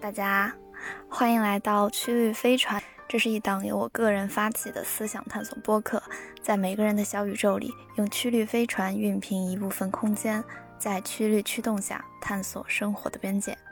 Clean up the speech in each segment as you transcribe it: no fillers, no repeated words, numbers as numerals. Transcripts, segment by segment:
大家欢迎来到曲率飞船，这是一档由我个人发起的思想探索播客，在每个人的小宇宙里，用曲率飞船熨平一部分空间，在曲率驱动下探索生活的边界。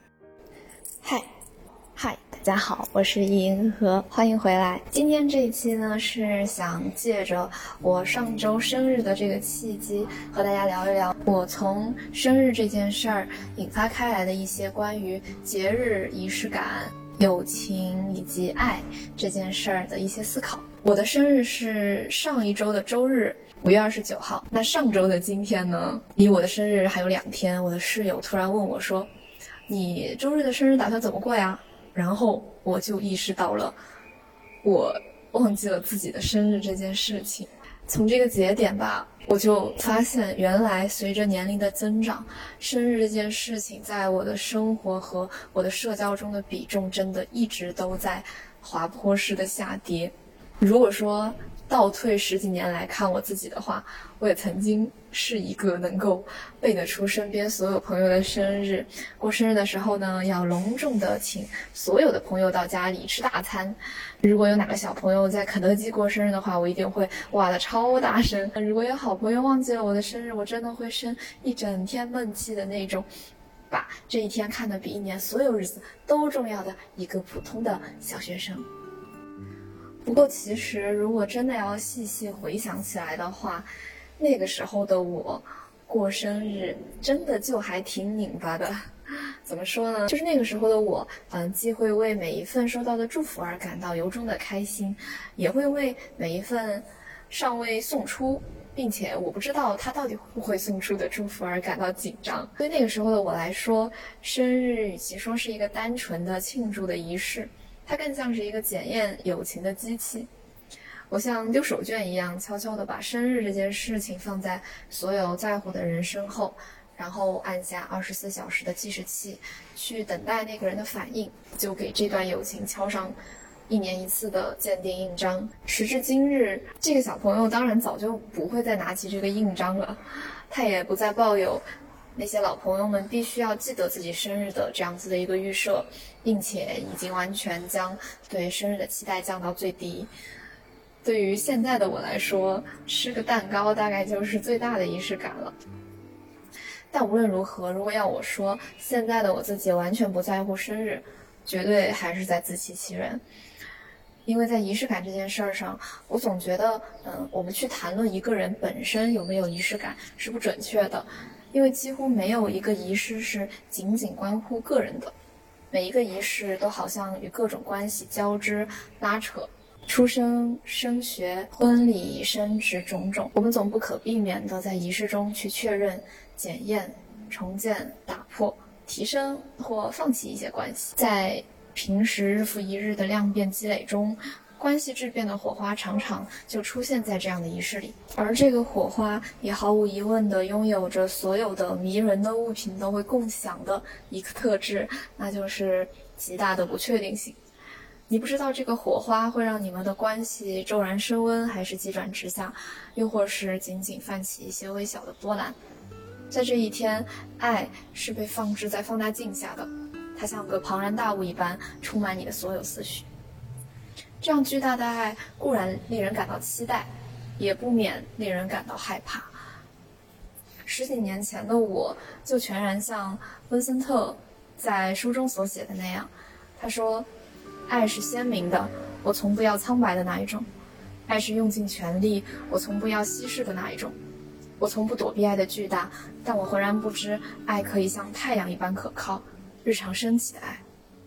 嗨，大家好，我是银河，欢迎回来。今天这一期呢，是想借着我上周生日的这个契机，和大家聊一聊我从生日这件事儿引发开来的一些关于节日仪式感、友情以及爱这件事儿的一些思考。我的生日是上一周的周日，5月29号。那上周的今天呢，离我的生日还有2天，我的室友突然问我说：“你周日的生日打算怎么过呀？”然后我就意识到了，我忘记了自己的生日这件事情。从这个节点吧，我就发现原来随着年龄的增长，生日这件事情在我的生活和我的社交中的比重真的一直都在滑坡式的下跌。如果说倒退10几年来看我自己的话，我也曾经是一个能够背得出身边所有朋友的生日。过生日的时候呢，要隆重的请所有的朋友到家里吃大餐。如果有哪个小朋友在肯德基过生日的话，我一定会哇的超大声。如果有好朋友忘记了我的生日，我真的会生一整天闷气的那种，把这一天看得比一年所有日子都重要的一个普通的小学生。不过其实如果真的要细细回想起来的话，那个时候的我过生日真的就还挺拧巴的。怎么说呢，就是那个时候的我既会为每一份收到的祝福而感到由衷的开心，也会为每一份尚未送出并且我不知道他到底会不会送出的祝福而感到紧张。对那个时候的我来说，生日与其说是一个单纯的庆祝的仪式，它更像是一个检验友情的机器。我像丢手绢一样，悄悄地把生日这件事情放在所有在乎的人身后，然后按下24小时的计时器，去等待那个人的反应，就给这段友情敲上1年1次的鉴定印章。时至今日，这个小朋友当然早就不会再拿起这个印章了，他也不再抱有那些老朋友们必须要记得自己生日的这样子的一个预设，并且已经完全将对生日的期待降到最低。对于现在的我来说，吃个蛋糕大概就是最大的仪式感了。但无论如何，如果要我说现在的我自己完全不在乎生日，绝对还是在自欺欺人。因为在仪式感这件事儿上，我总觉得我们去谈论一个人本身有没有仪式感是不准确的，因为几乎没有一个仪式是仅仅关乎个人的，每一个仪式都好像与各种关系交织拉扯，出生、升学、婚礼、升职种种，我们总不可避免地在仪式中去确认、检验、重建、打破、提升或放弃一些关系。在平时日复一日的量变积累中，关系质变的火花常常就出现在这样的仪式里，而这个火花也毫无疑问地拥有着所有的迷人的物品都会共享的一个特质，那就是极大的不确定性。你不知道这个火花会让你们的关系骤然升温，还是急转直下，又或是仅仅泛起一些微小的波澜。在这一天，爱是被放置在放大镜下的，它像个庞然大物一般充满你的所有思绪。这样巨大的爱固然令人感到期待，也不免令人感到害怕。10几年前的我就全然像温森特在书中所写的那样，他说，爱是鲜明的，我从不要苍白的那一种；爱是用尽全力，我从不要稀释的那一种。我从不躲避爱的巨大，但我浑然不知，爱可以像太阳一般可靠，日常升起的爱。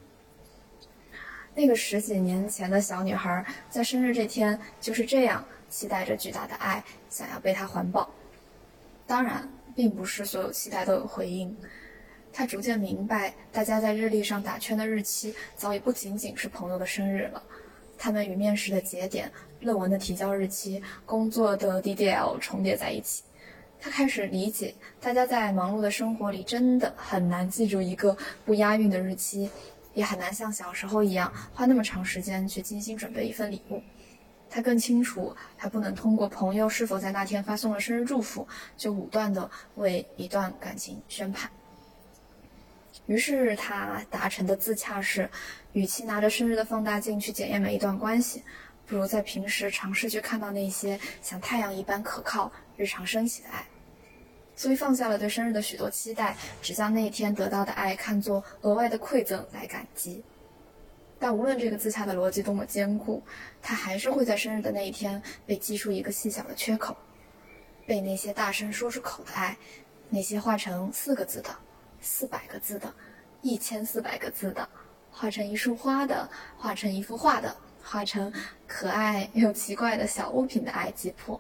那个10几年前的小女孩，在生日这天就是这样期待着巨大的爱，想要被它环抱。当然，并不是所有期待都有回应。他逐渐明白，大家在日历上打圈的日期早已不仅仅是朋友的生日了，他们与面试的节点、论文的提交日期、工作的 DDL 重叠在一起。他开始理解，大家在忙碌的生活里真的很难记住一个不押韵的日期，也很难像小时候一样花那么长时间去精心准备一份礼物。他更清楚，他不能通过朋友是否在那天发送了生日祝福，就武断地为一段感情宣判。 于是他达成的自洽是，与其拿着生日的放大镜去检验每一段关系，不如在平时尝试去看到那些像太阳一般可靠、日常升起的爱。所以放下了对生日的许多期待，只将那一天得到的爱看作额外的馈赠来感激。但无论这个自洽的逻辑多么坚固，它还是会在生日的那一天被击出一个细小的缺口，被那些大声说出口的爱，那些画成4个字的、400个字的、1400个字的，画成一束花的，画成一幅画的，画成可爱又奇怪的小物品的爱击破。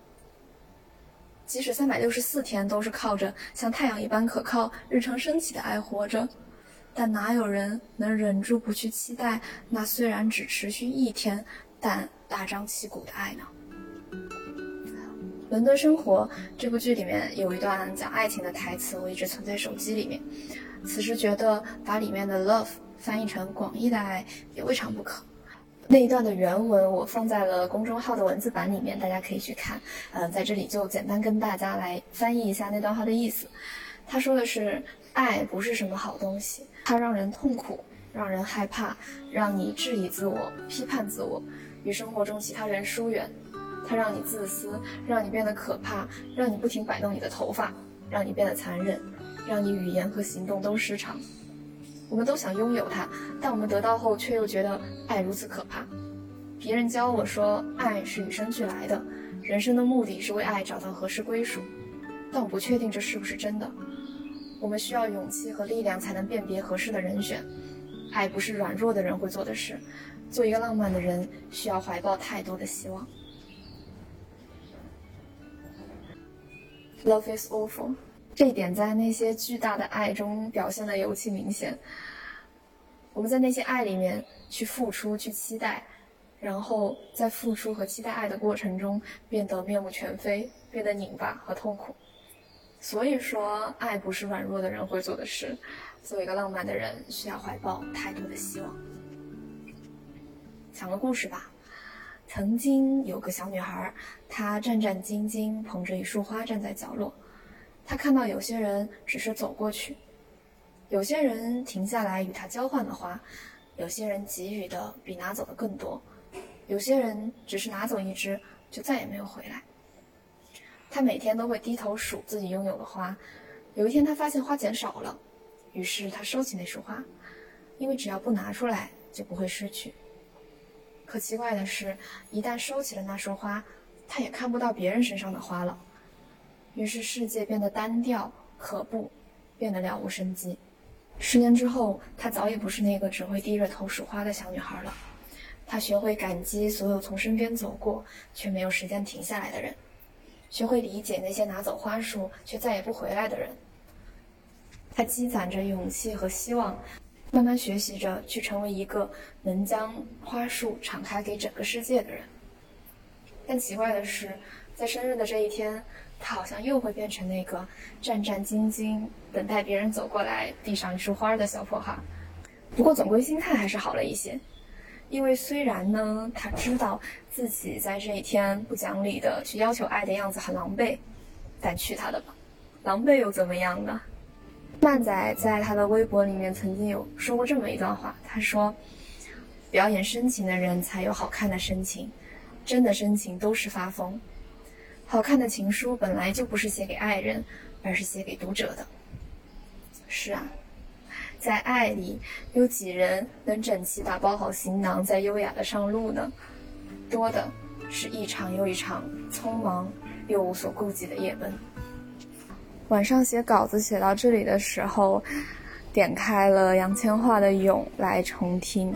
即使364天都是靠着像太阳一般可靠、日常升起的爱活着，但哪有人能忍住不去期待那虽然只持续1天，但大张旗鼓的爱呢？《伦敦生活》这部剧里面有一段讲爱情的台词，我一直存在手机里面，此时觉得把里面的 love 翻译成广义的爱也未尝不可。那一段的原文我放在了公众号的文字版里面，大家可以去看。在这里就简单跟大家来翻译一下那段话的意思。他说的是，爱不是什么好东西，它让人痛苦，让人害怕，让你质疑自我，批判自我，与生活中其他人疏远。它让你自私，让你变得可怕，让你不停摆动你的头发，让你变得残忍，让你语言和行动都失常。我们都想拥有它，但我们得到后却又觉得爱如此可怕。别人教我说，爱是与生俱来的，人生的目的是为爱找到合适归属，但我不确定这是不是真的。我们需要勇气和力量才能辨别合适的人选。爱不是软弱的人会做的事，做一个浪漫的人需要怀抱太多的希望。Love is awful， 这一点在那些巨大的爱中表现得尤其明显。我们在那些爱里面去付出，去期待，然后在付出和期待爱的过程中变得面目全非，变得拧巴和痛苦。所以说，爱不是软弱的人会做的事，做一个浪漫的人需要怀抱太多的希望。讲个故事吧。曾经有个小女孩，她战战兢兢捧着一束花站在角落。她看到有些人只是走过去，有些人停下来与她交换了花，有些人给予的比拿走的更多，有些人只是拿走一支就再也没有回来。她每天都会低头数自己拥有的花，有一天她发现花减少了，于是她收起那束花，因为只要不拿出来就不会失去。可奇怪的是，一旦收起了那束花，他也看不到别人身上的花了。于是世界变得单调可怖，变得了无生机。10年之后，她早已不是那个只会低着头数花的小女孩了。她学会感激所有从身边走过却没有时间停下来的人，学会理解那些拿走花束却再也不回来的人。她积攒着勇气和希望，慢慢学习着去成为一个能将花束敞开给整个世界的人。但奇怪的是，在生日的这一天，他好像又会变成那个战战兢兢等待别人走过来递上一束花的小破孩。不过总归心态还是好了一些，因为虽然呢，他知道自己在这一天不讲理的去要求爱的样子很狼狈，但去他的吧，狼狈又怎么样呢？漫仔在他的微博里面曾经有说过这么一段话，他说，表演深情的人才有好看的深情，真的深情都是发疯。好看的情书本来就不是写给爱人，而是写给读者的。是啊，在爱里有几人能整齐打包好行囊再优雅的上路呢？多的是一场又一场匆忙又无所顾忌的夜奔。晚上写稿子写到这里的时候，点开了杨千嬅的《咏》来重听。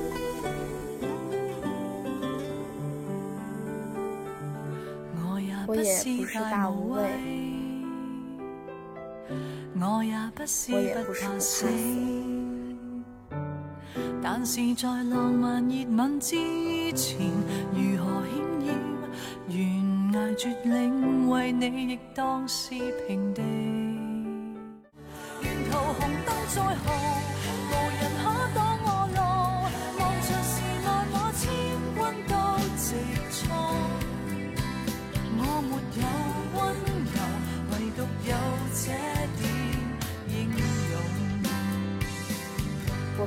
我也不是大无畏，我也不是不怕死，但是在浪漫熱吻之前，如何險要懸崖絕嶺，為你亦當是平地。沿途紅燈再紅，無人可擋我路，望着是萬我千軍都直衝。我沒有溫柔，唯獨有這點英勇。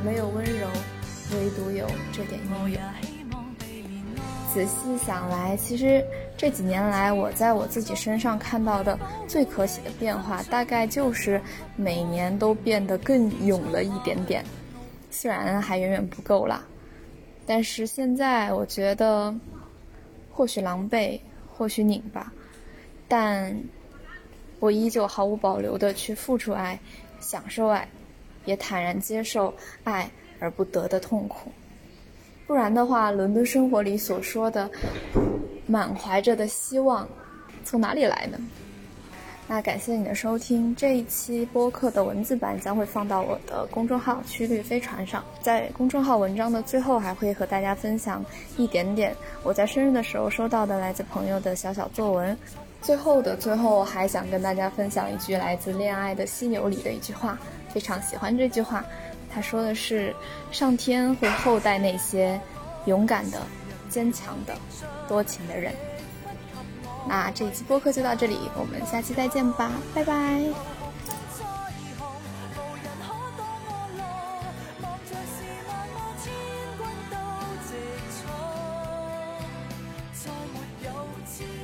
没有温柔，唯独有这点英勇。仔细想来，其实这几年来我在我自己身上看到的最可喜的变化，大概就是每年都变得更勇了一点点，虽然还远远不够啦，但是现在我觉得或许狼狈，或许拧巴，但我依旧毫无保留地去付出爱，享受爱，也坦然接受爱而不得的痛苦。不然的话，伦敦生活里所说的满怀着的希望从哪里来呢？那感谢你的收听，这一期播客的文字版将会放到我的公众号曲率飞船上，在公众号文章的最后还会和大家分享一点点我在生日的时候收到的来自朋友的小小作文。最后还想跟大家分享一句来自《恋爱的犀牛》里的一句话，非常喜欢这句话。他说的是，上天会厚待那些勇敢的、坚强的、多情的人。那这一期播客就到这里，我们下期再见吧，拜拜。再沒有